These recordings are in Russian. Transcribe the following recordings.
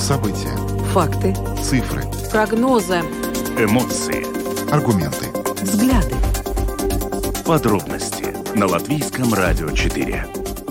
События. Факты. Цифры. Прогнозы. Эмоции. Аргументы. Взгляды. Подробности на Латвийском радио 4.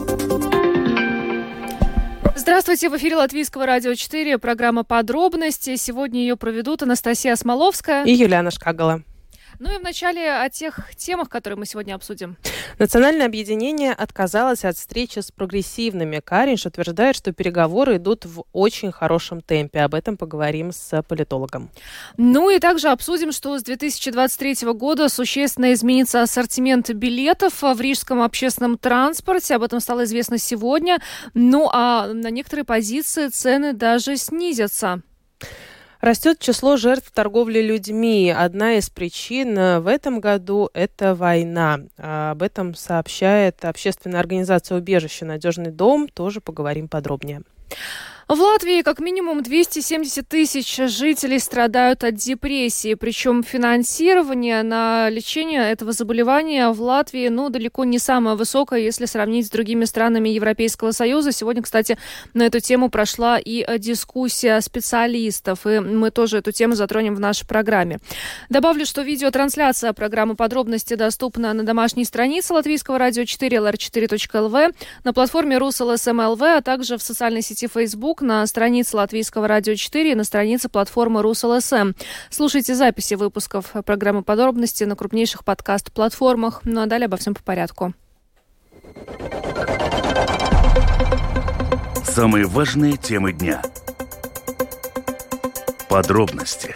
Здравствуйте, в эфире Латвийского радио 4, программа «Подробности». Сегодня ее проведут Анастасия Смоловская и Юлиана Шкагала. Ну и вначале о тех темах, которые мы сегодня обсудим. Национальное объединение отказалось от встречи с прогрессивными. Каринш утверждает, что переговоры идут в очень хорошем темпе. Об этом поговорим с политологом. Ну и также обсудим, что с 2023 года существенно изменится ассортимент билетов в рижском общественном транспорте. Об этом стало известно сегодня. Ну а на некоторые позиции цены даже снизятся. Растет число жертв торговли людьми. Одна из причин в этом году – это война. Об этом сообщает общественная организация «Убежище. Надежный дом». Тоже поговорим подробнее. В Латвии как минимум 270 тысяч жителей страдают от депрессии. Причем финансирование на лечение этого заболевания в Латвии далеко не самое высокое, если сравнить с другими странами Европейского Союза. Сегодня, кстати, на эту тему прошла и дискуссия специалистов. И мы тоже эту тему затронем в нашей программе. Добавлю, что видеотрансляция программы «Подробности» доступна на домашней странице Латвийского радио 4 lr4.lv, на платформе RusLSM.lv, а также в социальной сети Facebook, на странице Латвийского радио 4 и на странице платформы RusLSM. Слушайте записи выпусков программы «Подробности» на крупнейших подкаст-платформах. Ну а далее обо всем по порядку. Самые важные темы дня. Подробности.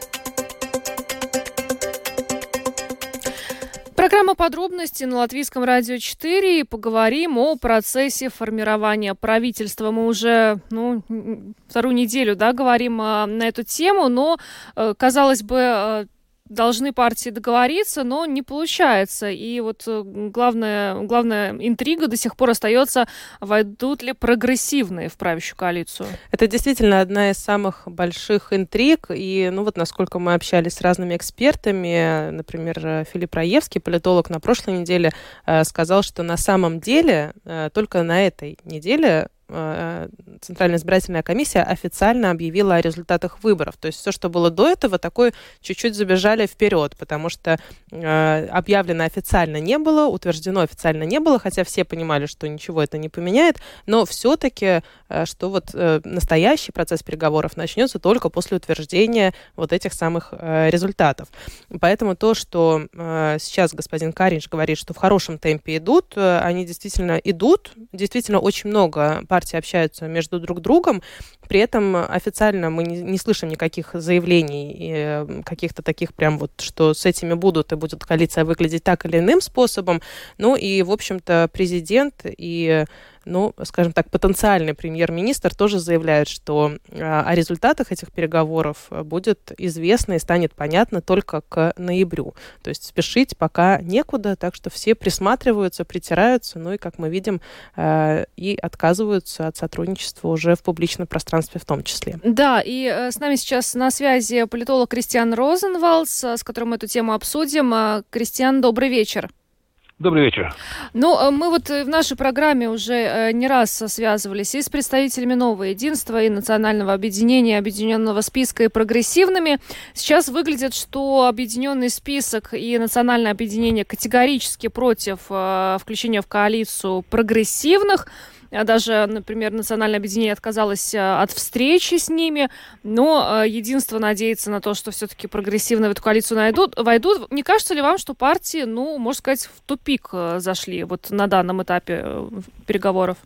Программа «Подробности» на Латвийском радио 4. И поговорим о процессе формирования правительства. Мы уже вторую неделю говорим на эту тему, но, казалось бы, должны партии договориться, но не получается. И вот главная интрига до сих пор остается, войдут ли прогрессивные в правящую коалицию. Это действительно одна из самых больших интриг. И, насколько мы общались с разными экспертами, например, Филипп Раевский, политолог, на прошлой неделе сказал, что на самом деле только на этой неделе Центральная избирательная комиссия официально объявила о результатах выборов. То есть все, что было до этого, такое чуть-чуть забежали вперед, потому что объявлено официально не было, утверждено официально не было, хотя все понимали, что ничего это не поменяет, но все-таки, что настоящий процесс переговоров начнется только после утверждения этих самых результатов. Поэтому то, что сейчас господин Каринш говорит, что в хорошем темпе идут, они действительно идут, действительно очень много партии общаются между друг другом, при этом официально мы не слышим никаких заявлений, каких-то таких прям что с этими будут, и будет коалиция выглядеть так или иным способом. Ну и, в общем-то, президент и скажем так, потенциальный премьер-министр тоже заявляют, что о результатах этих переговоров будет известно и станет понятно только к ноябрю. То есть спешить пока некуда, так что все присматриваются, притираются, и, как мы видим, и отказываются от сотрудничества уже в публичном пространстве в том числе. Да, и с нами сейчас на связи политолог Кристиан Розенвалдс, с которым мы эту тему обсудим. Кристиан, добрый вечер. Добрый вечер. Мы в нашей программе уже не раз связывались и с представителями Нового единства, и Национального объединения, Объединенного списка и прогрессивными. Сейчас выглядит, что Объединенный список и Национальное объединение категорически против включения в коалицию прогрессивных. Даже, например, Национальное объединение отказалось от встречи с ними, но единство надеется на то, что все-таки прогрессивно в эту коалицию войдут. Не кажется ли вам, что партии, можно сказать, в тупик зашли на данном этапе переговоров?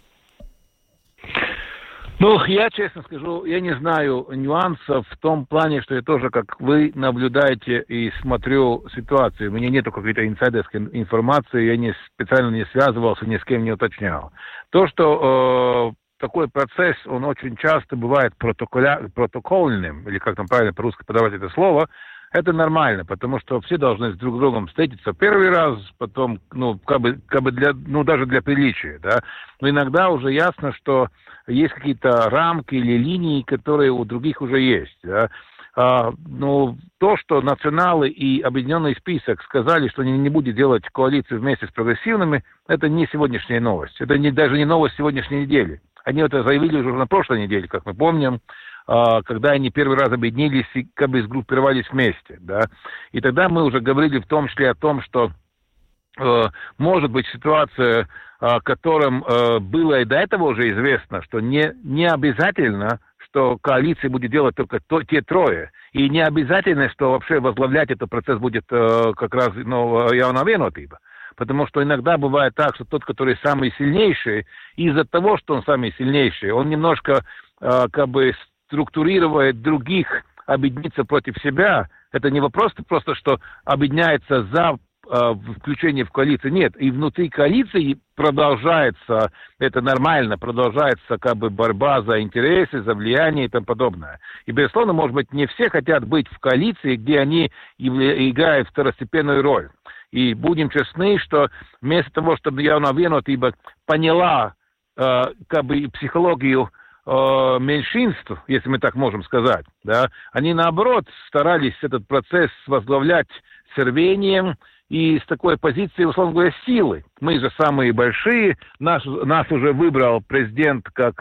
Я честно скажу, я не знаю нюансов в том плане, что я тоже, как вы, наблюдаете и смотрю ситуацию. У меня нету какой-то инсайдерской информации, я специально не связывался, ни с кем не уточнял. То, что такой процесс, он очень часто бывает протокольным, или как там правильно по-русски подавать это слово, это нормально, потому что все должны с друг другом встретиться первый раз, потом, даже для приличия, да. Но иногда уже ясно, что есть какие-то рамки или линии, которые у других уже есть, да. То, что националы и объединенный список сказали, что они не будут делать коалицию вместе с прогрессивными, это не сегодняшняя новость. Это даже не новость сегодняшней недели. Они это заявили уже на прошлой неделе, как мы помним, когда они первый раз объединились и как бы сгруппировались вместе, да. И тогда мы уже говорили в том числе о том, что может быть ситуация, которым было и до этого уже известно, что не обязательно, что коалиция будет делать только те трое. И не обязательно, что вообще возглавлять этот процесс будет как раз Jaunā Vienotība. Потому что иногда бывает так, что тот, который самый сильнейший, из-за того, что он самый сильнейший, он немножко как бы структурирует других объединиться против себя. Это не вопрос просто, что объединяется за включение в коалицию. Нет, и внутри коалиции продолжается, это нормально, продолжается как бы борьба за интересы, за влияние и тому подобное. И, безусловно, может быть, не все хотят быть в коалиции, где они играют второстепенную роль. И будем честны, что вместо того, чтобы Jaunā Vienotība поняла как бы психологию меньшинств, если мы так можем сказать, да, они, наоборот, старались этот процесс возглавлять с рвением и с такой позиции, условно говоря, силы. Мы же самые большие, нас уже выбрал президент как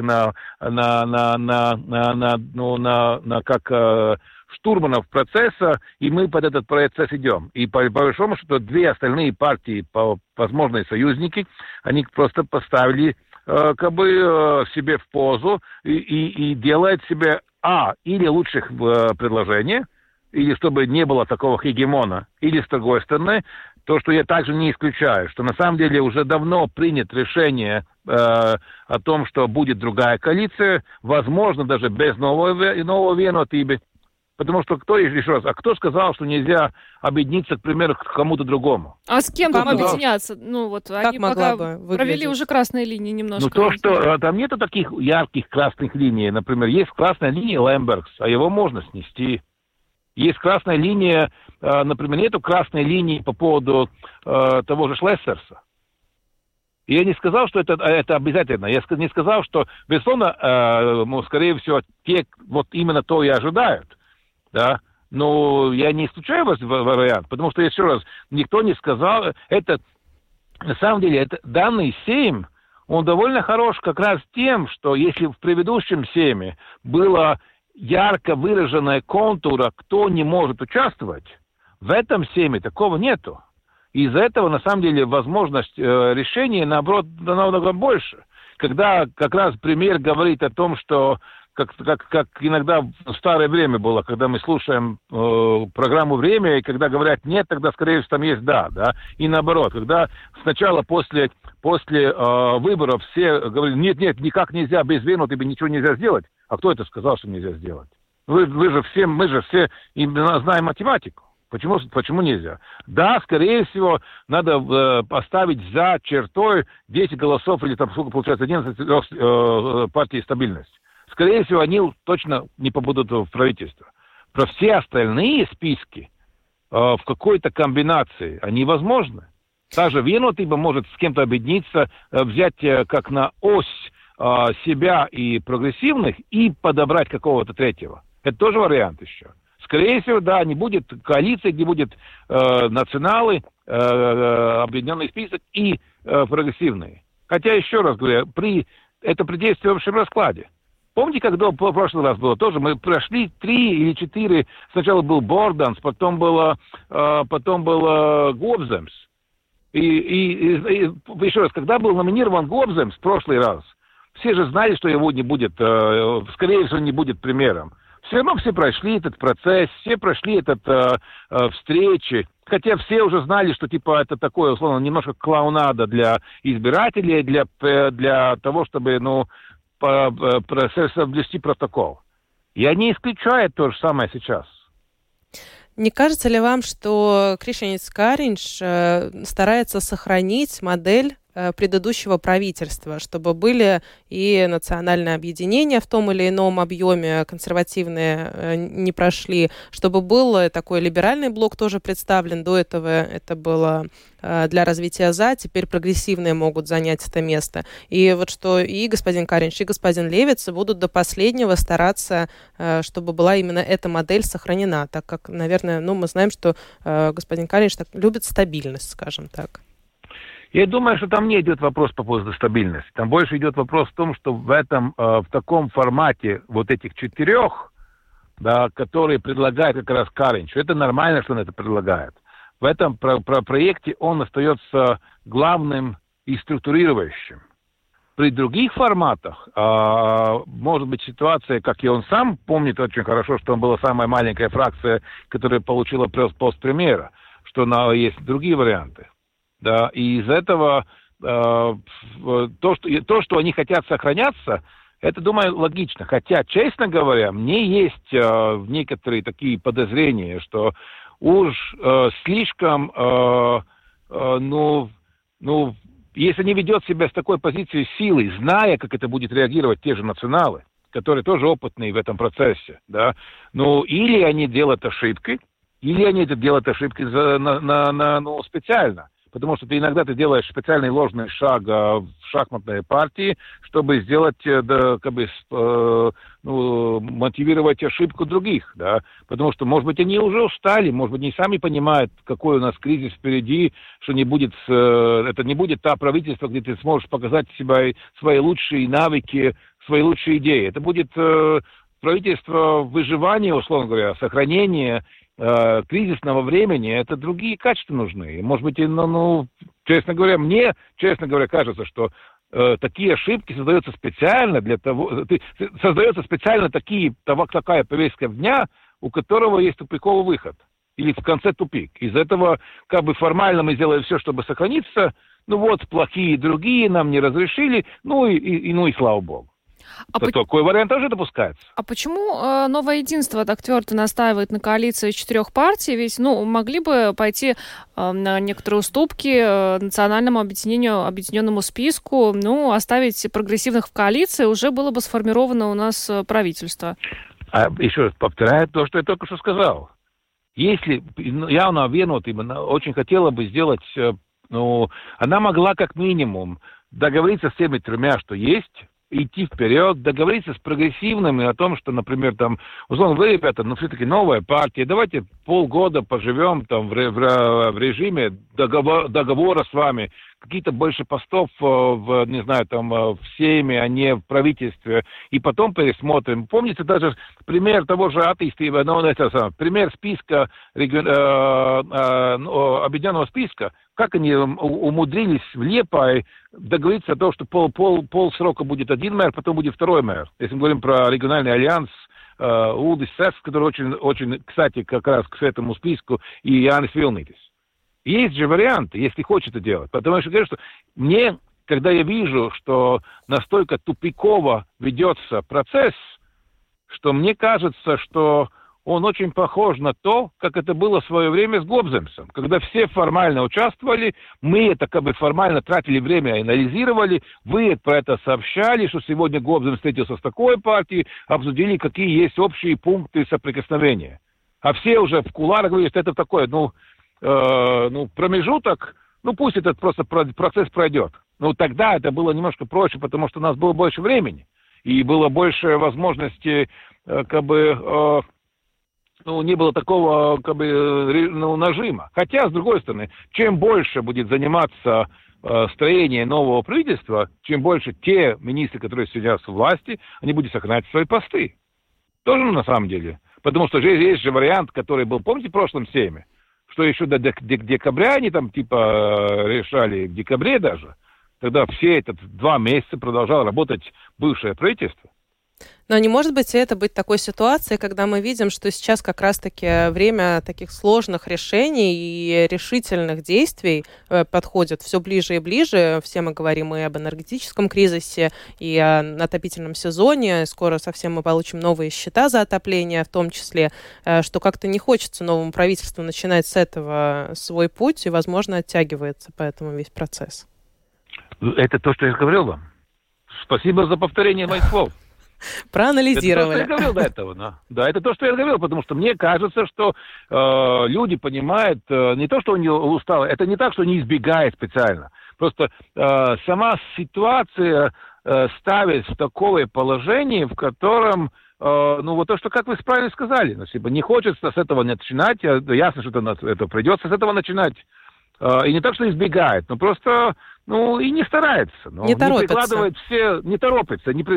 как штурманов процесса, и мы под этот процесс идем. И по большому счету две остальные партии, возможные союзники, они просто поставили как бы себе в позу и делают себе или лучших предложения, или чтобы не было такого хегемона, или с другой стороны, то, что я также не исключаю, что на самом деле уже давно принято решение о том, что будет другая коалиция, возможно, даже без нового Vienotība. Потому что кто сказал, что нельзя объединиться, к примеру, к кому-то другому? А с кем там объединяться? Ну вот, как они пока провели уже красные линии немножко. Ну то, что там нету таких ярких красных линий. Например, есть красная линия Лембергс, а его можно снести. Есть красная линия, например, нету красной линии по поводу того же Шлессерса. И я не сказал, что это обязательно. Я не сказал, что, безусловно, скорее всего, те вот именно то и ожидают. Да, но я не исключаю вариант, потому что, еще раз, никто не сказал, это, на самом деле, данный Сейм, он довольно хорош как раз тем, что если в предыдущем Сейме было ярко выраженная контура, кто не может участвовать, в этом Сейме такого нету. Из-за этого, на самом деле, возможность решения, наоборот, намного больше. Когда как раз премьер говорит о том, что как иногда в старое время было, когда мы слушаем программу «Время», и когда говорят «нет», тогда, скорее всего, там есть «да». И наоборот, когда сначала после выборов все говорили «нет, никак нельзя, без Vienotība ничего нельзя сделать». А кто это сказал, что нельзя сделать? Мы же все знаем математику. Почему нельзя? Да, скорее всего, надо поставить за чертой 10 голосов, или там сколько получается, 11 партии «Стабильность». Скорее всего, они точно не попадут в правительство. Про все остальные списки в какой-то комбинации они возможны. Также Vienotība может с кем-то объединиться, взять как на ось себя и прогрессивных и подобрать какого-то третьего. Это тоже вариант еще. Скорее всего, да, не будет коалиции, где будет националы, объединенный список и прогрессивные. Хотя, еще раз говорю, это при действии в общем раскладе. Помните, когда в прошлый раз было тоже? Мы прошли 3 или 4. Сначала был Борданс, потом было Гобземс. И еще раз, когда был номинирован Гобземс в прошлый раз, все же знали, что его не будет, скорее всего, не будет премьером. Все равно все прошли этот процесс, все прошли встречи. Хотя все уже знали, что типа это такое, условно, немножко клоунада для избирателей, для того, чтобы, соблюсти протокол. Я не исключаю то же самое сейчас. Не кажется ли вам, что Krišjāņs Kariņš старается сохранить модель предыдущего правительства, чтобы были и национальные объединения в том или ином объеме, консервативные не прошли, чтобы был такой либеральный блок тоже представлен, до этого это было для развития ЗА, теперь прогрессивные могут занять это место. И вот что и господин Kariņš, и господин Левиц будут до последнего стараться, чтобы была именно эта модель сохранена, так как, наверное, мы знаем, что господин Kariņš так любит стабильность, скажем так. Я думаю, что там не идет вопрос по поводу стабильности. Там больше идет вопрос в том, что в таком формате вот этих 4, да, которые предлагает как раз Каринч, это нормально, что он это предлагает. В этом проекте он остается главным и структурирующим. При других форматах может быть ситуация, как и он сам помнит очень хорошо, что он была самая маленькая фракция, которая получила пост премьера, что есть другие варианты. Да, и из этого то, что они хотят сохраняться, это, думаю, логично. Хотя, честно говоря, мне есть некоторые такие подозрения, что уж слишком, если они ведут себя с такой позицией силы, зная, как это будет реагировать те же националы, которые тоже опытные в этом процессе, да, или они делают ошибки, или они это делают ошибки специально. Потому что иногда ты делаешь специальный ложный шаг в шахматной партии, чтобы сделать, мотивировать ошибку других, да. Потому что, может быть, они уже устали, может быть, они сами понимают, какой у нас кризис впереди, что это не будет та правительство, где ты сможешь показать себя, свои лучшие навыки, свои лучшие идеи. Это будет правительство выживания, условно говоря, сохранения кризисного времени, это другие качества нужны. Может быть, честно говоря, кажется, что такие ошибки создаются специально для того, такая повестка дня, у которого есть тупиковый выход. Или в конце тупик. Из этого, формально мы сделаем все, чтобы сохраниться. Плохие другие нам не разрешили, и слава богу. Такой вариант тоже допускается. А почему Новое единство так твердо настаивает на коалиции 4 партий? Ведь, могли бы пойти на некоторые уступки национальному объединенному списку, оставить прогрессивных в коалиции, уже было бы сформировано у нас правительство. Еще раз повторяю то, что я только что сказал. Если Jaunā Vienotība очень хотела бы сделать, она могла как минимум договориться с теми 3, что есть, идти вперед, договориться с прогрессивными о том, что, например, условно, вы, ребята, все-таки новая партия, давайте полгода поживем в режиме договора с вами, какие-то больше постов в Сейме, а не в правительстве, и потом пересмотрим. Помните даже пример того же атеистива, пример списка, объединенного списка, как они умудрились в Лиепае договориться о том, что полсрока будет один мэр, потом будет второй мэр. Если мы говорим про региональный альянс, Улдис Сес, который очень, кстати, как раз к этому списку, и Янис Вилнитис. Есть же варианты, если хочет это делать. Потому что, говорю, что когда я вижу, что настолько тупиково ведется процесс, что мне кажется, что он очень похож на то, как это было в свое время с Гобземсом. Когда все формально участвовали, мы это формально тратили время, анализировали, вы про это сообщали, что сегодня Гобзем встретился с такой партией, обсудили, какие есть общие пункты соприкосновения. А все уже в кулуарах говорят, что это такое, промежуток, пусть этот просто процесс пройдет. Тогда это было немножко проще, потому что у нас было больше времени, и было больше возможности, не было такого, нажима. Хотя, с другой стороны, чем больше будет заниматься строение нового правительства, чем больше те министры, которые сейчас в власти, они будут сохранять свои посты. Тоже на самом деле. Потому что есть же вариант, который был, помните, в прошлом Сейме, что еще до декабря они решали, в декабре даже, тогда все 2 месяца продолжало работать бывшее правительство. Но не может быть это быть такой ситуацией, когда мы видим, что сейчас как раз-таки время таких сложных решений и решительных действий подходит все ближе и ближе. Все мы говорим и об энергетическом кризисе, и о отопительном сезоне. Скоро совсем мы получим новые счета за отопление, в том числе, что как-то не хочется новому правительству начинать с этого свой путь, и, возможно, оттягивается поэтому весь процесс. Это то, что я говорил вам. Спасибо за повторение моих слов. Проанализировали. Это то, что я говорил до этого. Да, это то, что я говорил, потому что мне кажется, что люди понимают, не то, что они устали, это не так, что они избегают специально. Просто сама ситуация ставит в такое положение, в котором, то, что, как вы правильно сказали, не хочется с этого начинать, ясно, что это придется с этого начинать. И не так, что избегает, но просто, и не старается. Не торопится. Прикладывает все, не торопится, не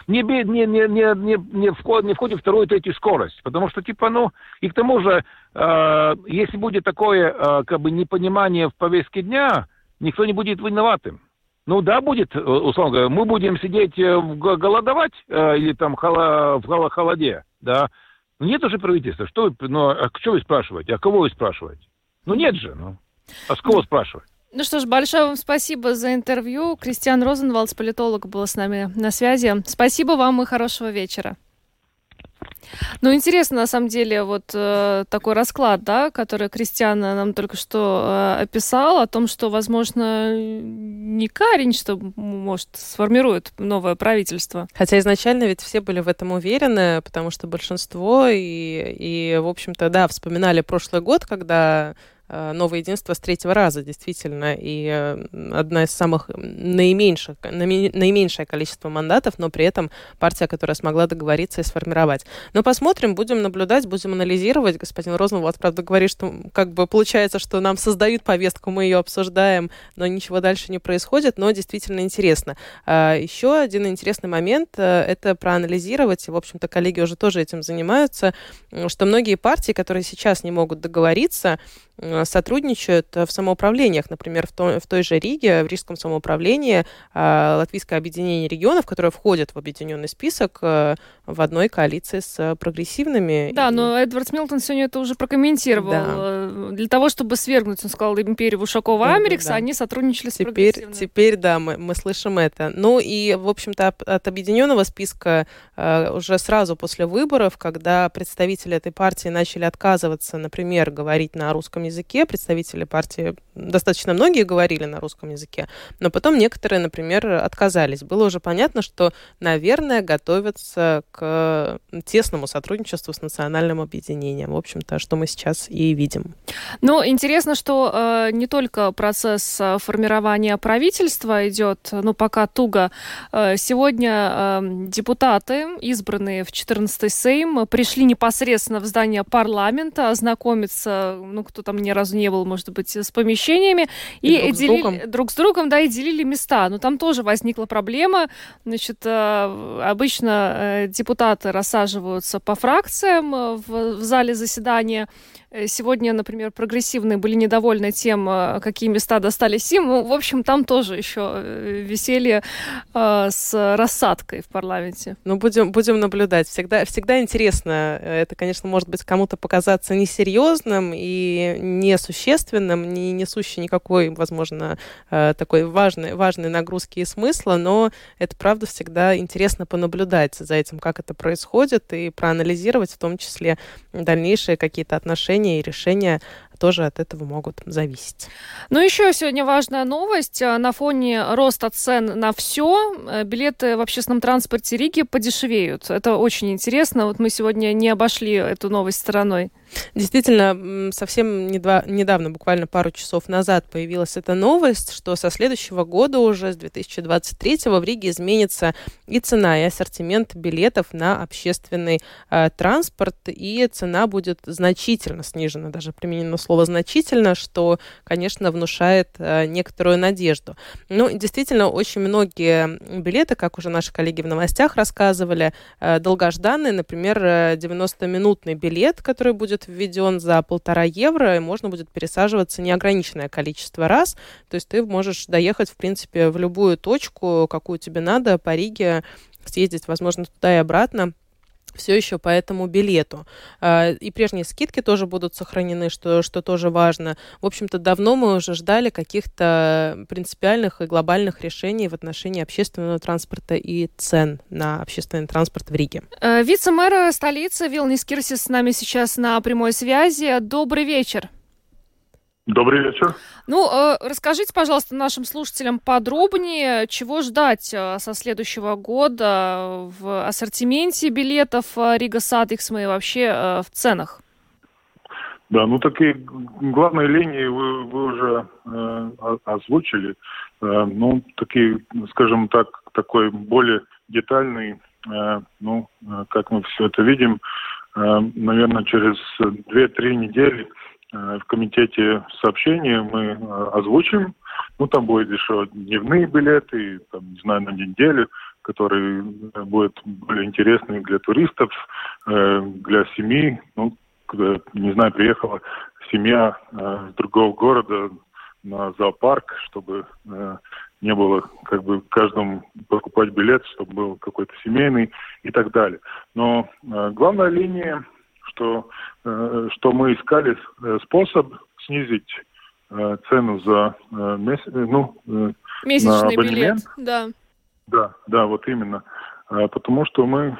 входит в вторую, третью скорость. Потому что, и к тому же, если будет такое, непонимание в повестке дня, никто не будет виноватым. Будет, условно говоря, мы будем сидеть голодовать или там в холоде, да. Нет уже правительства. Что вы спрашиваете? А кого вы спрашиваете? Нет же, А с кого спрашивать? Что ж, большое вам спасибо за интервью. Кристиан Розенвалдс, политолог, был с нами на связи. Спасибо вам и хорошего вечера. Интересно, на самом деле, такой расклад, да, который Кристиан нам только что описал, о том, что, возможно, не Каринч, что, может, сформирует новое правительство. Хотя изначально ведь все были в этом уверены, потому что большинство и в общем-то, да, вспоминали прошлый год, когда Новое единство с третьего раза, действительно, и одна из самых наименьшее количество мандатов, но при этом партия, которая смогла договориться и сформировать. Но посмотрим, будем наблюдать, будем анализировать. Господин Розенвалдс, правда, говорит, что получается, что нам создают повестку, мы ее обсуждаем, но ничего дальше не происходит, но действительно интересно. Еще один интересный момент — это проанализировать, и, в общем-то, коллеги уже тоже этим занимаются, что многие партии, которые сейчас не могут договориться, сотрудничают в самоуправлениях. Например, в той же Риге, в Рижском самоуправлении, Латвийское объединение регионов, которое входит в объединенный список, в одной коалиции с прогрессивными. Да, но Эдвард Милтон сегодня это уже прокомментировал. Да. Для того, чтобы свергнуть, он сказал, империю Ушакова-Америкса, да. Они сотрудничали с прогрессивными. Теперь, да, мы слышим это. И, в общем-то, от объединенного списка уже сразу после выборов, когда представители этой партии начали отказываться, например, говорить на русском языке, представители партии, достаточно многие говорили на русском языке, но потом некоторые, например, отказались. Было уже понятно, что, наверное, готовятся к тесному сотрудничеству с национальным объединением. В общем-то, что мы сейчас и видим. Интересно, что не только процесс формирования правительства идет, пока туго. Сегодня депутаты, избранные в 14-й Сейм, пришли непосредственно в здание парламента ознакомиться, кто там ни разу не был, может быть, с помещениями, и делили друг с другом, да, и делили места. Но там тоже возникла проблема. Обычно депутаты рассаживаются по фракциям в зале заседания. Сегодня, например, прогрессивные были недовольны тем, какие места достались им. В общем, там тоже еще веселье с рассадкой в парламенте. Будем наблюдать. Всегда интересно. Это, конечно, может быть кому-то показаться несерьезным и несущественным, не несущий никакой, возможно, такой важной нагрузки и смысла, но это, правда, всегда интересно понаблюдать за этим, как это происходит, и проанализировать в том числе дальнейшие какие-то отношения и решения тоже от этого могут зависеть. Еще сегодня важная новость. На фоне роста цен на все билеты в общественном транспорте Риги подешевеют. Это очень интересно. Мы сегодня не обошли эту новость стороной. Действительно, совсем недавно, буквально пару часов назад, появилась эта новость, что со следующего года, уже с 2023-го, в Риге изменится и цена, и ассортимент билетов на общественный транспорт, и цена будет значительно снижена, даже применено слово «значительно», что, конечно, внушает некоторую надежду. Действительно, очень многие билеты, как уже наши коллеги в новостях рассказывали, долгожданные, например, 90-минутный билет, который будет введен за 1,5 евро, и можно будет пересаживаться неограниченное количество раз. То есть ты можешь доехать, в принципе, в любую точку, какую тебе надо, по Риге, съездить, возможно, туда и обратно, все еще по этому билету. И прежние скидки тоже будут сохранены, что тоже важно. В общем-то, давно мы уже ждали каких-то принципиальных и глобальных решений в отношении общественного транспорта и цен на общественный транспорт в Риге. Вице-мэр столицы Вилнис Кирсис с нами сейчас на прямой связи. Добрый вечер. Добрый вечер. Расскажите, пожалуйста, нашим слушателям подробнее, чего ждать со следующего года в ассортименте билетов Рига Сатиксма и вообще в ценах. Да, такие главные линии вы уже озвучили. Такие, скажем так, такой более детальный, как мы все это видим, наверное, через 2-3 недели в комитете сообщения мы озвучим. Ну, там будет еще дневные билеты, там, не знаю, на неделю, которые будут более интересны для туристов, для семьи. Ну, не знаю, приехала семья из другого города на зоопарк, чтобы не было как бы каждому покупать билет, чтобы был какой-то семейный и так далее. Но главная линия, что мы искали способ снизить цену за месячный билет, да. Да, вот именно. Потому что мы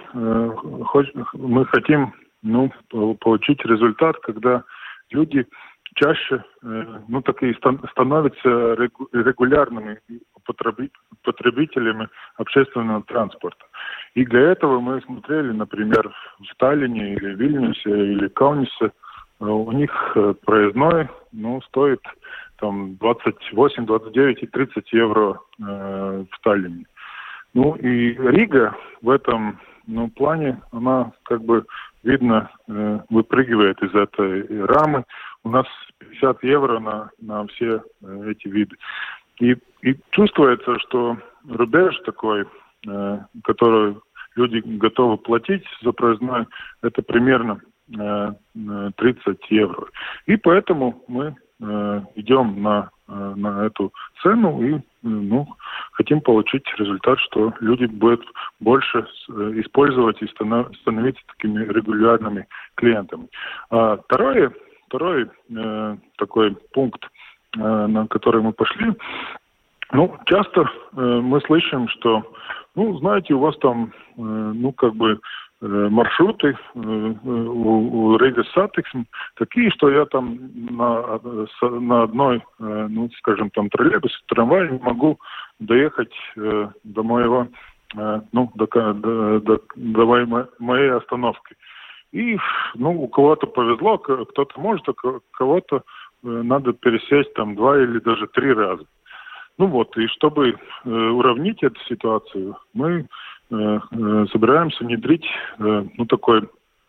хотим получить результат, когда люди чаще такие становятся регулярными потребителями общественного транспорта. И для этого мы смотрели, например, в Таллине или Вильнюсе или Каунасе, у них проездной стоит там 28, 29 и 30 евро в Таллине. Ну и Рига в этом плане, она как бы видно выпрыгивает из этой рамы. У нас 50 евро на все эти виды. И чувствуется, что рубеж такой, который люди готовы платить за проездной, это примерно 30 евро. И поэтому мы идем на эту цену и хотим получить результат, что люди будут больше использовать и становиться такими регулярными клиентами. Второй такой пункт, на который мы пошли, часто мы слышим, что, знаете, у вас там, маршруты у Рига Сатиксм такие, что я там на одной, троллейбусе, трамвае могу доехать до моего, до моей остановки. И, у кого-то повезло, кто-то может, а кого-то надо пересесть там 2 или даже 3 раза. И чтобы уравнять эту ситуацию, мы собираемся внедрить такой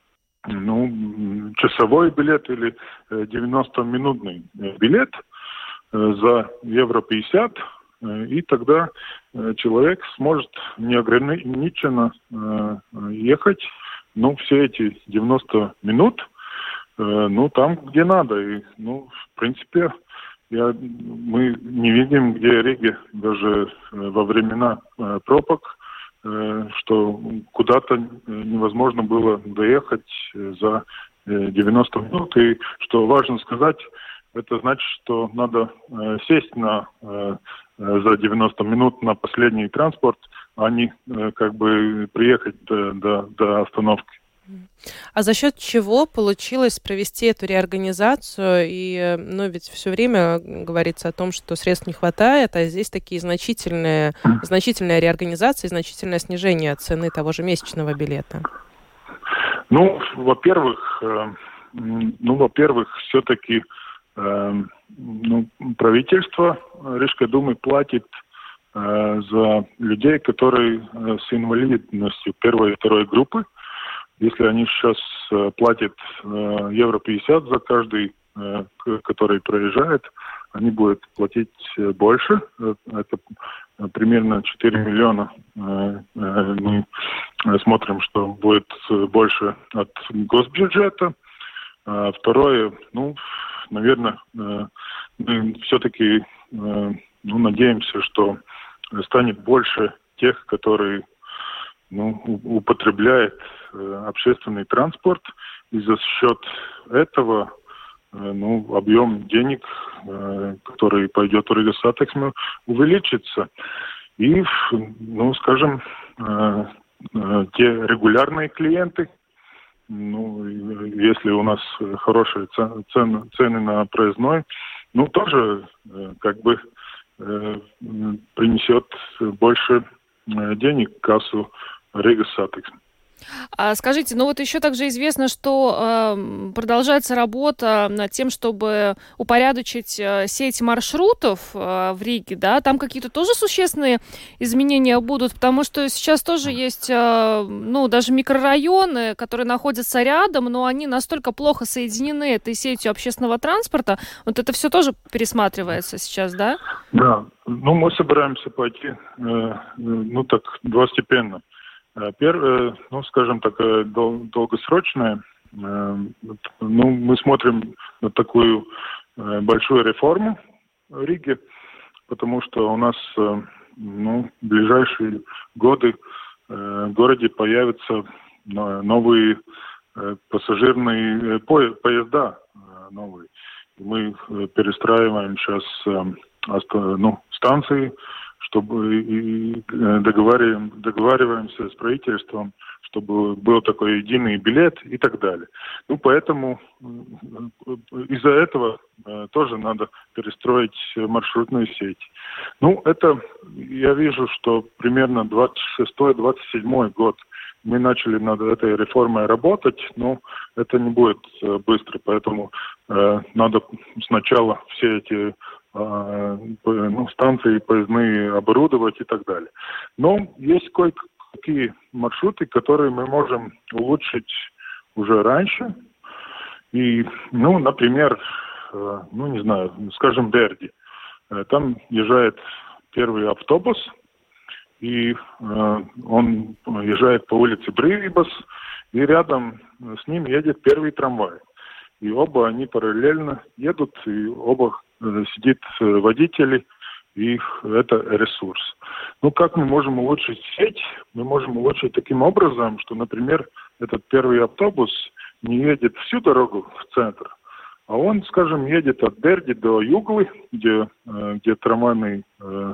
часовой билет или 90-минутный билет за евро 50, и тогда человек сможет неограниченно ехать все эти 90 минут там, где надо. И, в принципе, мы не видим, где в Риге даже во времена пробок, что куда-то невозможно было доехать за 90 минут. И что важно сказать, это значит, что надо сесть за 90 минут на последний транспорт, а не приехать до остановки. А за счет чего получилось провести эту реорганизацию? И, ведь все время говорится о том, что средств не хватает, а здесь такие значительная реорганизация и значительное снижение цены того же месячного билета. Во-первых, все-таки правительство Рижской думы платит за людей, которые с инвалидностью первой и второй группы. Если они сейчас платят евро 50 за каждый, который проезжает, они будут платить больше. Это примерно 4 миллиона. Мы смотрим, что будет больше от госбюджета. Второе, наверное, мы все-таки надеемся, что станет больше тех, которые употребляют общественный транспорт, и за счет этого объем денег, который пойдет в Рига Сатиксм, увеличится. И, те регулярные клиенты, если у нас хорошие цены на проездной, тоже принесет больше денег в кассу Рига Сатиксм. Скажите, ну вот еще также известно, что продолжается работа над тем, чтобы упорядочить сеть маршрутов в Риге, да? Там какие-то тоже существенные изменения будут, потому что сейчас тоже есть, даже микрорайоны, которые находятся рядом, но они настолько плохо соединены этой сетью общественного транспорта. Вот это все тоже пересматривается сейчас, да? Да, мы собираемся пойти, так, двустепенно. Первое, скажем так, долгосрочное, мы смотрим на такую большую реформу в Риге, потому что у нас, в ближайшие годы в городе появятся новые пассажирные поезда новые. Мы перестраиваем сейчас станции, чтобы договариваемся с правительством, чтобы был такой единый билет и так далее. Поэтому из-за этого тоже надо перестроить маршрутную сеть. Это я вижу, что примерно 26-27 год мы начали над этой реформой работать, но это не будет быстро, поэтому надо сначала все эти станции поездные оборудовать и так далее. Но есть кое-какие маршруты, которые мы можем улучшить уже раньше. И, например, скажем, Берди. Там езжает первый автобус, и он езжает по улице Брīvības, и рядом с ним едет первый трамвай. И оба они параллельно едут, и оба сидит водители, и это ресурс. Как мы можем улучшить сеть? Мы можем улучшить таким образом, что, например, этот первый автобус не едет всю дорогу в центр, а он, скажем, едет от Берди до Юглы, где трамвай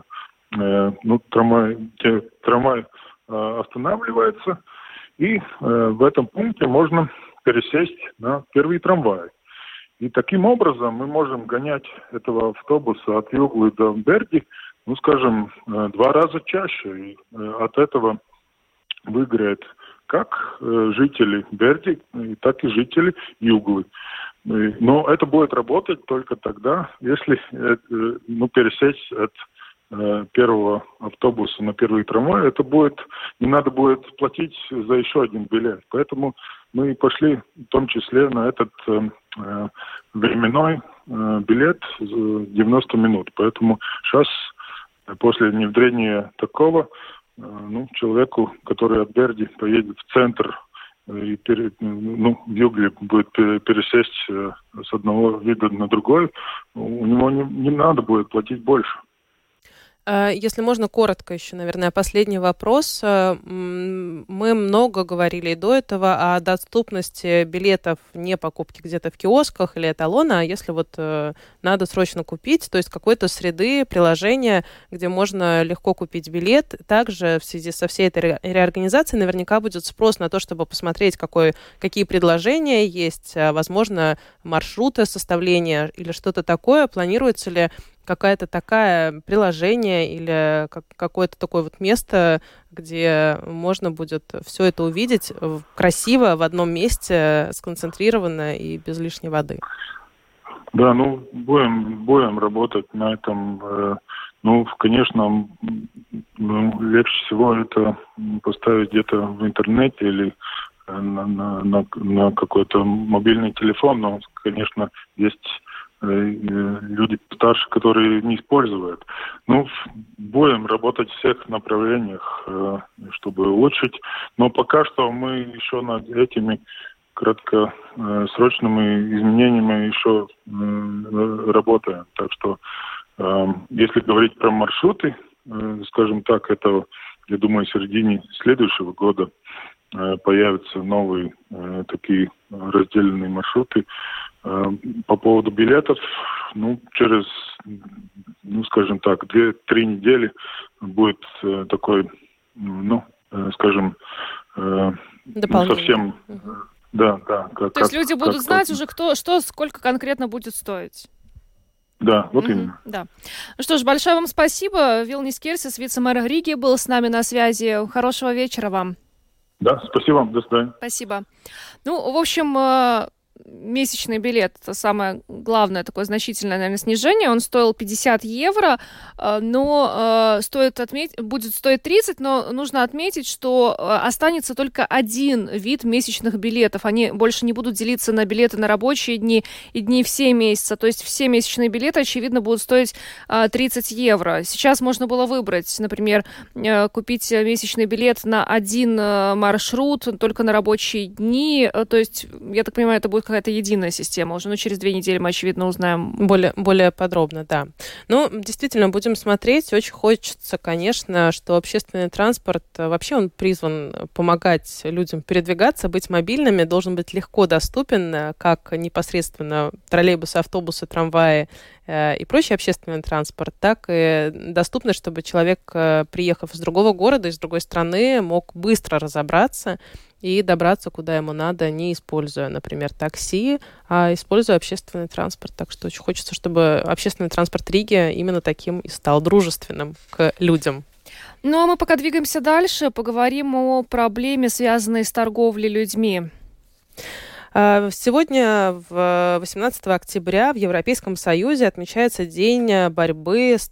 останавливается, и в этом пункте можно пересесть на первый трамвай. И таким образом мы можем гонять этого автобуса от Юглы до Берди, 2 раза чаще. И от этого выиграют как жители Берди, так и жители Юглы. Но это будет работать только тогда, если пересесть от первого автобуса на первый трамвай, не надо будет платить за еще один билет. Поэтому мы пошли в том числе на этот временной билет 90 минут. Поэтому сейчас, после внедрения такого, человеку, который от Берди поедет в центр и в Югле будет пересесть с одного вида на другой, у него не надо будет платить больше. Если можно, коротко еще, наверное, последний вопрос. Мы много говорили и до этого о доступности билетов, не покупки где-то в киосках или эталона, а если надо срочно купить, то есть какой-то среды, приложения, где можно легко купить билет. Также в связи со всей этой реорганизацией наверняка будет спрос на то, чтобы посмотреть, какие предложения есть, возможно, маршруты составления или что-то такое. Планируется ли какое-то такое приложение или какое-то такое место, где можно будет все это увидеть красиво в одном месте, сконцентрированно и без лишней воды? Да, будем работать на этом. Конечно, легче всего это поставить где-то в интернете или на какой-то мобильный телефон, но, конечно, есть люди старше, которые не используют. Будем работать в всех направлениях, чтобы улучшить. Но пока что мы еще над этими краткосрочными изменениями еще работаем. Так что, если говорить про маршруты, скажем так, это, я думаю, в середине следующего года появятся новые такие разделенные маршруты. По поводу билетов, через, скажем так, 2-3 недели будет такой, скажем, совсем... Да. То есть люди будут знать уже, сколько конкретно будет стоить? Да, именно. Да. Что ж, большое вам спасибо. Vilnis Kersis, вице-мэр Риги, был с нами на связи. Хорошего вечера вам. Да, спасибо вам, до свидания. Спасибо. Ну, в общем, месячный билет — это самое главное такое значительное, наверное, снижение. Он стоил 50 евро, но будет стоить 30, но нужно отметить, что останется только один вид месячных билетов. Они больше не будут делиться на билеты на рабочие дни и дни все месяца. То есть все месячные билеты, очевидно, будут стоить 30 евро. Сейчас можно было выбрать, например, купить месячный билет на один маршрут только на рабочие дни. То есть, я так понимаю, это будет какая-то единая система уже, но через 2 недели мы, очевидно, узнаем. Более подробно, да. Ну, действительно, будем смотреть. Очень хочется, конечно, что общественный транспорт, вообще он призван помогать людям передвигаться, быть мобильными, должен быть легко доступен, как непосредственно троллейбусы, автобусы, трамваи и прочий общественный транспорт, так и доступно, чтобы человек, приехав из другого города, из другой страны, мог быстро разобраться и добраться, куда ему надо, не используя, например, такси, а используя общественный транспорт. Так что очень хочется, чтобы общественный транспорт Риги именно таким и стал, дружественным к людям. Ну, а мы пока двигаемся дальше, поговорим о проблеме, связанной с торговлей людьми. Сегодня, 18 октября, в Европейском Союзе отмечается День борьбы с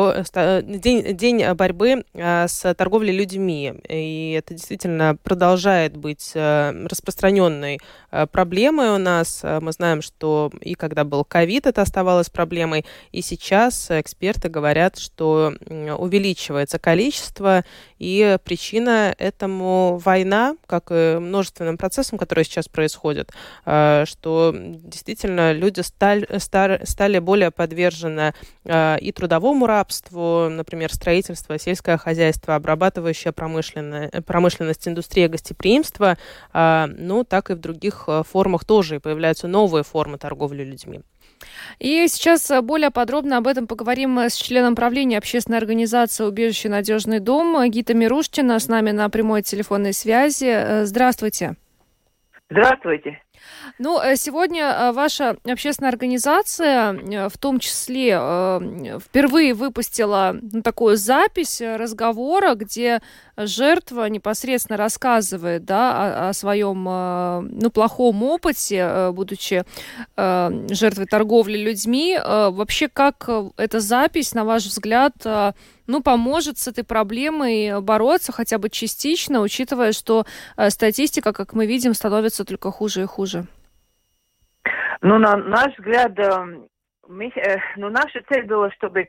торговлей людьми. И это действительно продолжает быть распространенной проблемой у нас. Мы знаем, что и когда был ковид, это оставалось проблемой, и сейчас эксперты говорят, что увеличивается количество, и причина этому война, как и множественным процессам, которые сейчас происходят, что действительно люди стали более подвержены и трудовому рабству, например, строительство, сельское хозяйство, обрабатывающая промышленность, индустрия гостеприимства, ну, так и в других формах тоже появляются новые формы торговли людьми. И сейчас более подробно об этом поговорим с членом правления общественной организации «Убежище Надежный дом» Гита Мируштина с нами на прямой телефонной связи. Здравствуйте. Здравствуйте. Ну, сегодня ваша общественная организация, в том числе, впервые выпустила такую запись разговора, где жертва непосредственно рассказывает, да, о своем, плохом опыте, будучи жертвой торговли людьми. Вообще, как эта запись, на ваш взгляд, поможет с этой проблемой бороться хотя бы частично, учитывая, что статистика, как мы видим, становится только хуже и хуже? Ну, на наш взгляд, наша цель была, чтобы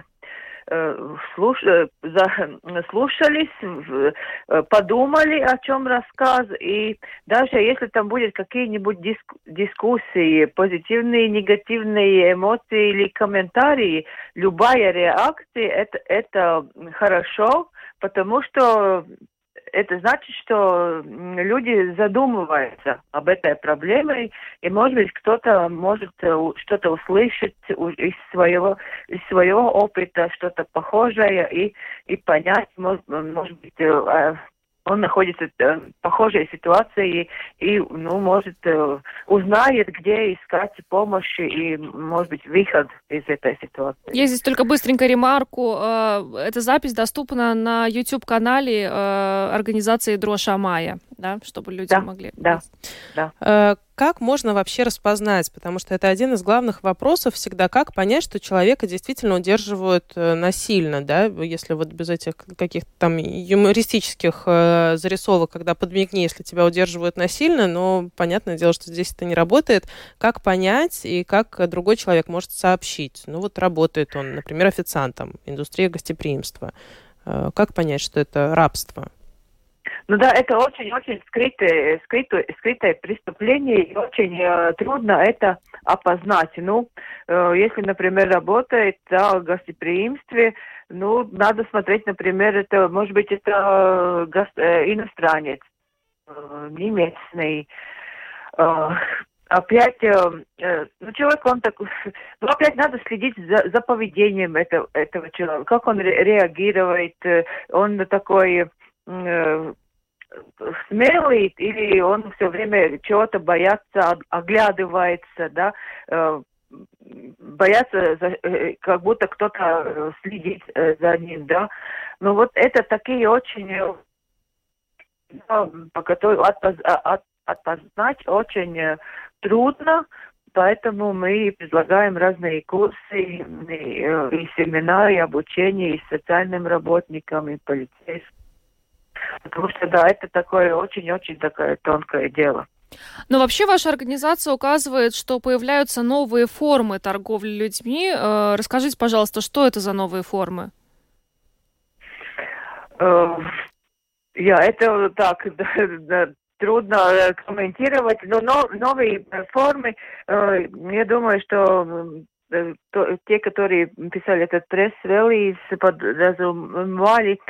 слушались, подумали, о чем рассказ, и даже если там будет какие-нибудь дискуссии, позитивные, негативные эмоции или комментарии, любая реакция это хорошо, потому что это значит, что люди задумываются об этой проблеме, и, может быть, кто-то может что-то услышать из своего опыта, что-то похожее, и понять, может быть, он находится в похожей ситуации и может, узнает, где искать помощь и, может быть, выход из этой ситуации. Я здесь только быстренько ремарку. Эта запись доступна на YouTube-канале организации Дроша Майя, да, чтобы люди могли... Да. Как можно вообще распознать? Потому что это один из главных вопросов всегда. Как понять, что человека действительно удерживают насильно, да? Если вот без этих каких-то там юмористических зарисовок, когда подмигни, если тебя удерживают насильно, но понятное дело, что здесь это не работает. Как понять и как другой человек может сообщить? Ну вот работает он, например, официантом, индустрия гостеприимства. Как понять, что это рабство? Ну да, это очень-очень скрытое преступление, и очень трудно это опознать. Если, например, работает в гостеприимстве, надо смотреть, например, это, может быть, это иностранец, немецкий. Опять, человек, он такой, опять надо следить за поведением этого человека, как он реагирует, он такой... смелый, или он все время чего-то боится, оглядывается, да, боятся, как будто кто-то следит за ним, да. Но вот это такие очень по которой опознать очень трудно. Поэтому мы предлагаем разные курсы и семинары, и обучение и социальным работникам, и полицейским. Потому что, да, это такое очень-очень такое тонкое дело. Но вообще ваша организация указывает, что появляются новые формы торговли людьми. Расскажите, пожалуйста, что это за новые формы? Это так, трудно комментировать, но новые формы, я думаю, что те, которые писали этот пресс-релиз, подразумевали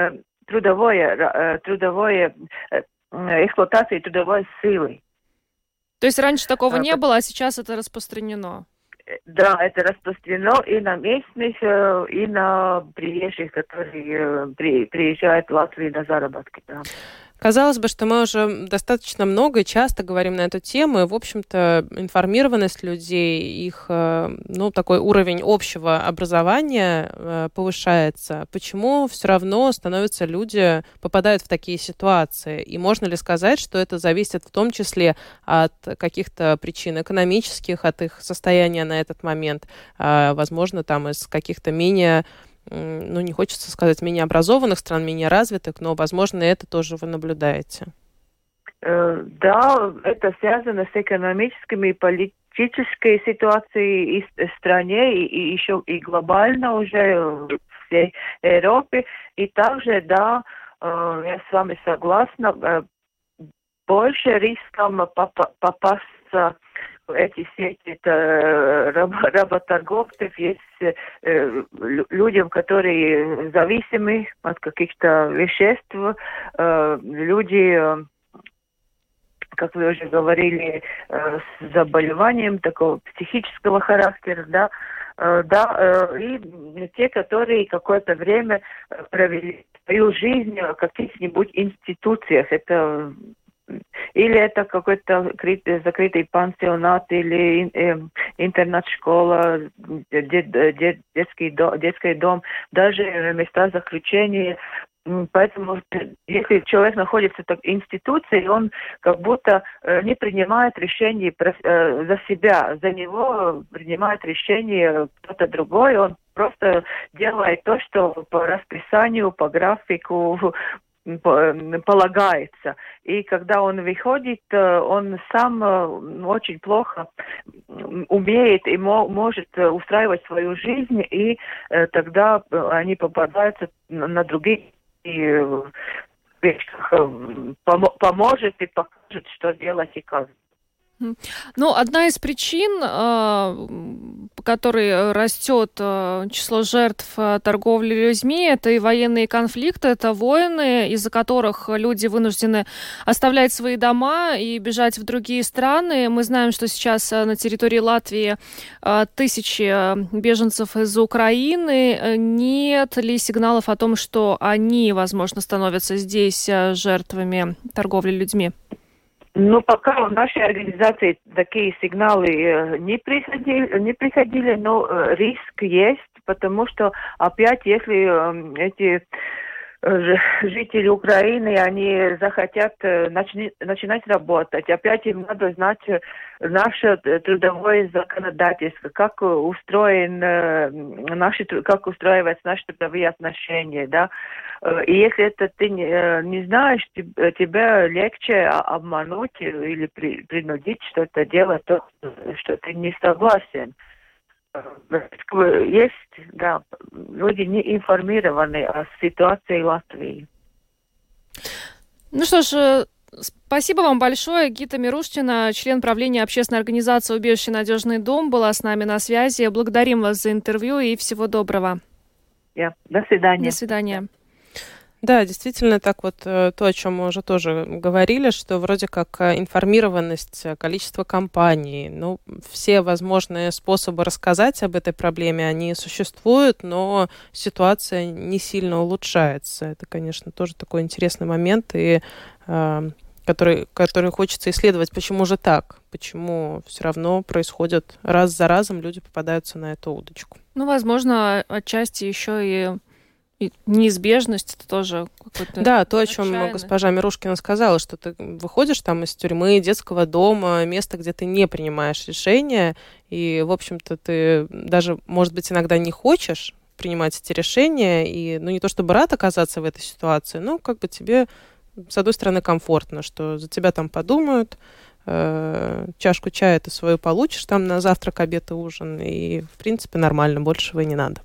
трудовую эксплуатацию трудовой силы. То есть раньше такого не было, а сейчас это распространено? Да, это распространено и на местных, и на приезжих, которые приезжают в Латвию на заработки. Да. Казалось бы, что мы уже достаточно много и часто говорим на эту тему, и, в общем-то, информированность людей, их, такой уровень общего образования повышается. Почему все равно люди попадают в такие ситуации? И можно ли сказать, что это зависит в том числе от каких-то причин экономических, от их состояния на этот момент, возможно, там из каких-то менее... не хочется сказать менее образованных стран, менее развитых, но, возможно, это тоже вы наблюдаете. Да, это связано с экономическими и политической ситуацией в стране, и еще и глобально уже в всей Европе. И также, да, я с вами согласна, больше риском попасться эти сети работорговцев есть людям, которые зависимы от каких-то веществ, люди, как вы уже говорили, с заболеванием такого психического характера, да, и те, которые какое-то время провели свою жизнь в каких-нибудь институциях, или это какой-то закрытый пансионат, или интернат-школа, детский дом, даже места заключения. Поэтому, если человек находится в институции, он как будто не принимает решение за себя, за него принимает решение кто-то другой, он просто делает то, что по расписанию, по графику полагается. И когда он выходит, он сам очень плохо умеет и может устраивать свою жизнь, и тогда они попадаются на другие вещах, поможет и покажет, что делать и как. Одна из причин, по которой растет число жертв торговли людьми, это и военные конфликты, это войны, из-за которых люди вынуждены оставлять свои дома и бежать в другие страны. Мы знаем, что сейчас на территории Латвии тысячи беженцев из Украины. Нет ли сигналов о том, что они, возможно, становятся здесь жертвами торговли людьми? Пока в нашей организации такие сигналы не приходили, но риск есть, потому что опять, если эти жители Украины, они захотят начинать работать, опять им надо знать наше трудовое законодательство, как устраиваются наши трудовые отношения, да. И если это ты не знаешь, тебе легче обмануть или принудить что-то делать, то, что ты не согласен. Есть, да, люди не информированы о ситуации в Латвии. Что ж, спасибо вам большое. Гита Мируштина, член правления общественной организации «Убежище Надежный дом», была с нами на связи. Благодарим вас за интервью и всего доброго. До свидания. До свидания. Да, действительно, так вот то, о чем мы уже тоже говорили, что вроде как информированность, количество компаний, все возможные способы рассказать об этой проблеме, они существуют, но ситуация не сильно улучшается. Это, конечно, тоже такой интересный момент, и который хочется исследовать, почему же так, почему все равно происходит раз за разом, люди попадаются на эту удочку. Возможно, отчасти еще и И неизбежность это тоже какой-то... Да, то, о чем госпожа Мирушкина сказала, что ты выходишь там из тюрьмы, детского дома, место, где ты не принимаешь решения, и, в общем-то, ты даже, может быть, иногда не хочешь принимать эти решения, и, ну, не то чтобы рад оказаться в этой ситуации, но как бы тебе, с одной стороны, комфортно, что за тебя там подумают, чашку чая ты свою получишь там на завтрак, обед и ужин, и, в принципе, нормально, большего и не надо.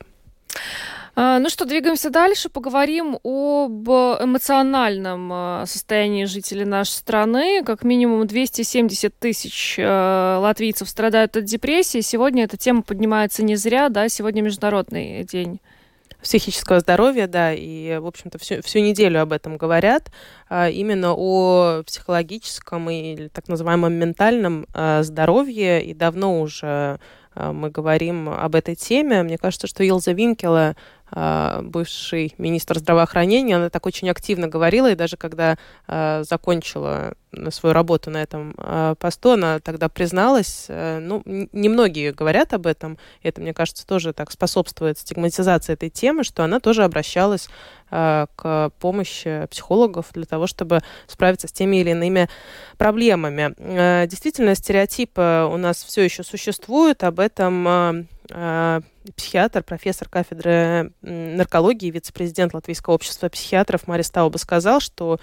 Ну что, двигаемся дальше. Поговорим об эмоциональном состоянии жителей нашей страны. Как минимум 270 тысяч латвийцев страдают от депрессии. Сегодня эта тема поднимается не зря, да, сегодня Международный день психического здоровья, да, и, в общем-то, всю неделю об этом говорят, именно о психологическом или так называемом ментальном здоровье, и давно уже мы говорим об этой теме. Мне кажется, что Илза Винкеле, бывший министр здравоохранения, она так очень активно говорила, и даже когда закончила свою работу на этом посту, она тогда призналась, ну, немногие говорят об этом, и это, мне кажется, тоже так способствует стигматизации этой темы, что она тоже обращалась к помощи психологов для того, чтобы справиться с теми или иными проблемами. Действительно, стереотипы у нас все еще существуют, об этом психиатр, профессор кафедры наркологии, вице-президент Латвийского общества психиатров Марис Тауба сказал, что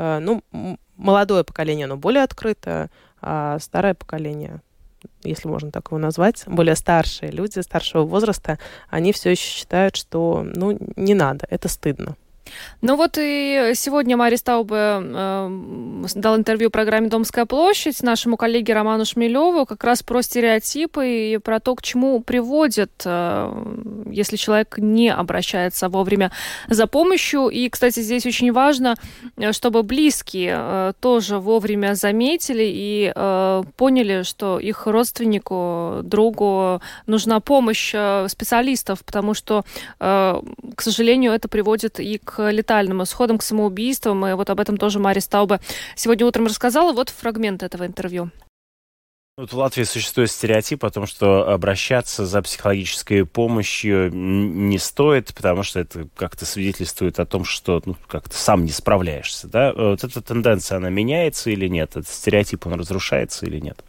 молодое поколение, оно более открыто, а старое поколение, если можно так его назвать, более старшие люди старшего возраста, они все еще считают, что не надо, это стыдно. Ну вот и сегодня Марис Таубе дал интервью программе «Домская площадь» нашему коллеге Роману Шмелеву как раз про стереотипы и про то, к чему приводит, если человек не обращается вовремя за помощью. И, кстати, здесь очень важно, чтобы близкие тоже вовремя заметили и поняли, что их родственнику, другу нужна помощь специалистов, потому что, к сожалению, это приводит и к летальным исходам, к самоубийствам. И вот об этом тоже Марис Таубе сегодня утром рассказала. Вот фрагмент этого интервью. Вот в Латвии существует стереотип о том, что обращаться за психологической помощью не стоит, потому что это как-то свидетельствует о том, что как ты сам не справляешься. Да? Вот эта тенденция, она меняется или нет? Этот стереотип, он разрушается или нет?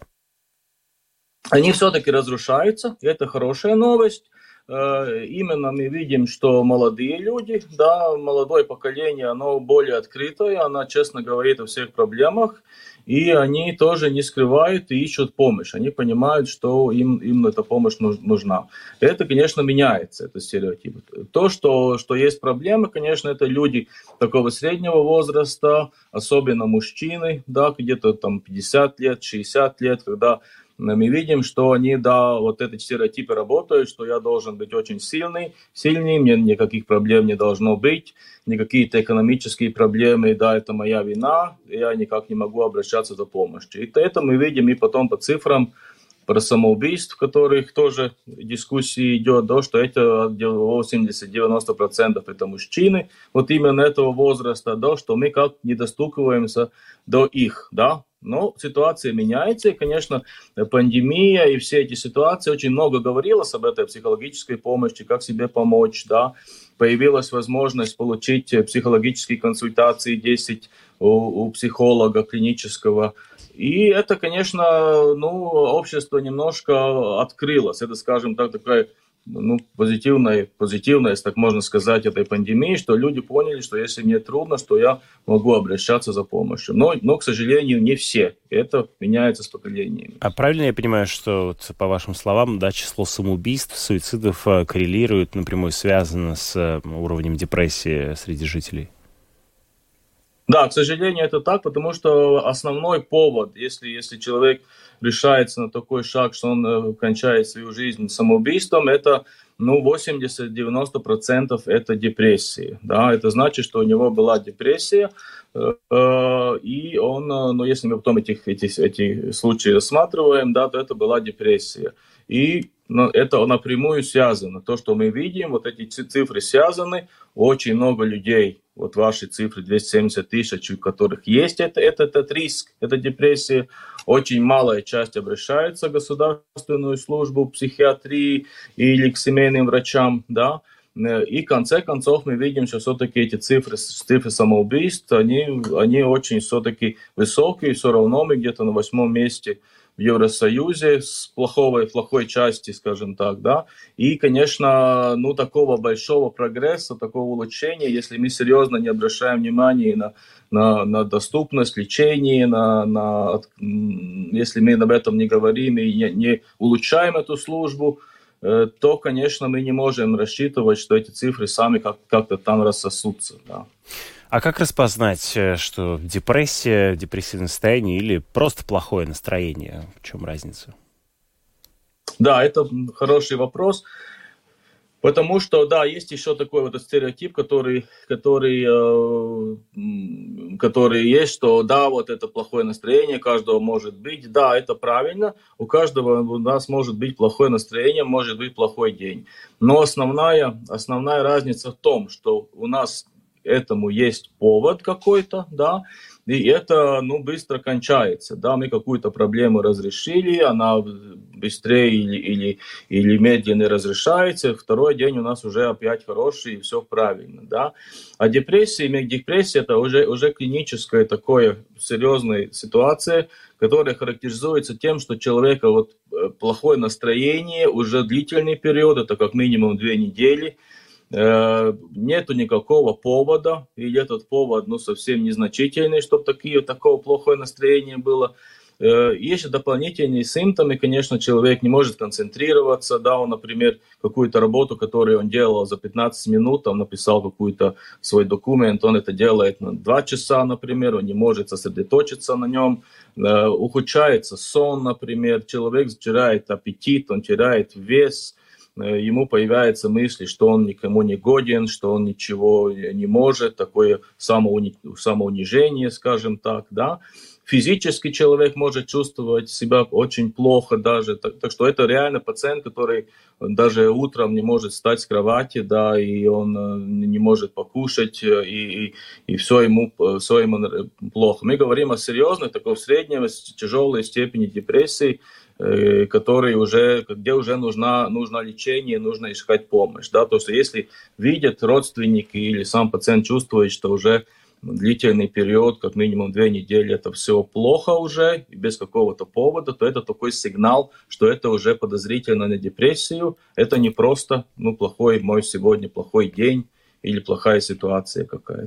Они все-таки разрушаются, и это хорошая новость. Именно мы видим, что молодые люди, да, молодое поколение, оно более открытое, оно честно говорит о всех проблемах, и они тоже не скрывают и ищут помощь. Они понимают, что им эта помощь нужна. Это, конечно, меняется, это стереотип. То, что есть проблемы, конечно, это люди такого среднего возраста, особенно мужчины, да, где-то там 50 лет, 60 лет, когда мы видим, что они, да, вот эти стереотипы работают, что я должен быть очень сильный, мне никаких проблем не должно быть, никакие-то экономические проблемы, да, это моя вина, я никак не могу обращаться за помощью. И это мы видим и потом по цифрам про самоубийств, в которых тоже дискуссия идет, да, что это 80-90% это мужчины, вот именно этого возраста, да, что мы как не достукиваемся до их, да. Но ситуация меняется, и, конечно, пандемия и все эти ситуации, очень много говорилось об этой психологической помощи, как себе помочь, да. Появилась возможность получить психологические консультации 10 у психолога клинического. И это, конечно, общество немножко открылось. Это, скажем так, такая позитивная, если так можно сказать, этой пандемии, что люди поняли, что если мне трудно, что я могу обращаться за помощью. Но, к сожалению, не все. Это меняется с поколениями. А правильно я понимаю, что, вот, по вашим словам, да, число самоубийств, суицидов коррелирует, напрямую связано с уровнем депрессии среди жителей? Да, к сожалению, это так, потому что основной повод, если человек решается на такой шаг, что он кончает свою жизнь самоубийством, это 80-90% это депрессия. Да? Это значит, что у него была депрессия, и он, если мы потом эти случаи рассматриваем, да, то это была депрессия. И это напрямую связано. То, что мы видим, вот эти цифры связаны, очень много людей, вот ваши цифры 270 тысяч, у которых есть этот риск, эта депрессия, очень малая часть обращается в государственную службу психиатрии или к семейным врачам, да, И в конце концов мы видим, что все-таки эти цифры самоубийств, они очень все-таки высокие, все равно мы где-то на 8 месте в Евросоюзе с плохой части, скажем так, да. И, конечно, такого большого прогресса, такого улучшения, если мы серьезно не обращаем внимания на доступность лечения, если мы об этом не говорим и не улучшаем эту службу, то, конечно, мы не можем рассчитывать, что эти цифры сами как-то там рассосутся. Да. А как распознать, что депрессия, депрессивное состояние или просто плохое настроение? В чем разница? Да, это хороший вопрос. Потому что, да, есть еще такой вот стереотип, который есть, что да, вот это плохое настроение, каждого может быть. Да, это правильно, у каждого у нас может быть плохое настроение, может быть плохой день. Но основная разница в том, что у нас этому есть повод какой-то, да, и это, быстро кончается, да, мы какую-то проблему разрешили, она быстрее или медленнее разрешается, второй день у нас уже опять хороший и все правильно, да. А депрессия это уже клиническая такая серьезная ситуация, которая характеризуется тем, что у человека вот плохое настроение уже длительный период, это как минимум 2 недели, нету никакого повода, или этот повод совсем незначительный, чтобы такого плохое настроение было. Есть дополнительные симптомы, конечно, человек не может концентрироваться, да, он, например, какую-то работу, которую он делал за 15 минут, он написал какой-то свой документ, он это делает на 2 часа, например, он не может сосредоточиться на нем, ухудшается сон, например, человек теряет аппетит, он теряет вес, ему появляются мысли, что он никому не годен, что он ничего не может, такое самоунижение, скажем так, да. Физически человек может чувствовать себя очень плохо даже, так что это реально пациент, который даже утром не может встать с кровати, да, и он не может покушать, и все ему плохо. Мы говорим о серьезной, такой средней, тяжелой степени депрессии, где уже нужно лечение, нужно искать помощь. Да? То есть если видят родственники или сам пациент чувствует, что уже длительный период, как минимум 2 недели, это все плохо уже, и без какого-то повода, то это такой сигнал, что это уже подозрительно на депрессию. Это не просто сегодня плохой день или плохая ситуация какая-то.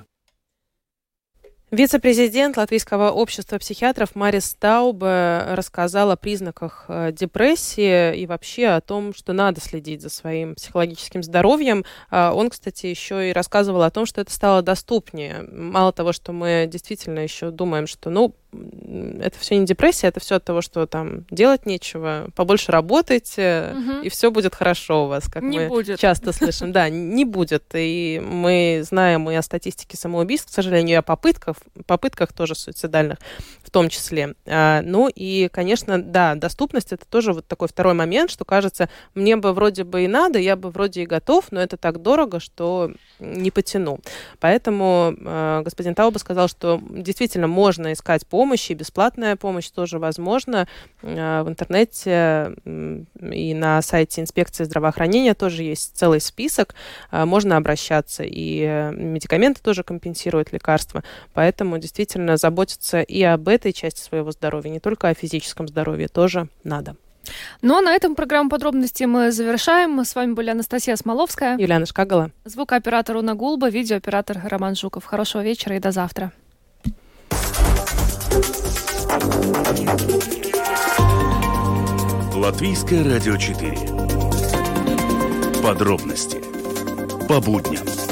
Вице-президент Латвийского общества психиатров Марис Стаубе рассказал о признаках депрессии и вообще о том, что надо следить за своим психологическим здоровьем. Он, кстати, еще и рассказывал о том, что это стало доступнее. Мало того, что мы действительно еще думаем, что, это все не депрессия, это все от того, что там делать нечего, побольше работайте, и все будет хорошо у вас, как часто слышим. Да, не будет. И мы знаем и о статистике самоубийств, к сожалению, и о попытках тоже суицидальных в том числе. И, конечно, да, доступность — это тоже вот такой второй момент, что кажется, мне бы вроде бы и надо, я бы вроде и готов, но это так дорого, что не потяну. Поэтому господин Таубе сказал, что действительно можно искать помощь, и бесплатная помощь тоже возможна. В интернете и на сайте инспекции здравоохранения тоже есть целый список. Можно обращаться, и медикаменты тоже компенсируют лекарства. Поэтому действительно заботиться и об этой части своего здоровья, не только о физическом здоровье, тоже надо. Ну, а на этом программу подробностей мы завершаем. С вами были Анастасия Смоловская, Юлиана Шкагала, звукооператор Уна Гулба, видеооператор Роман Жуков. Хорошего вечера и до завтра. Латвийское радио 4. Подробности по будням.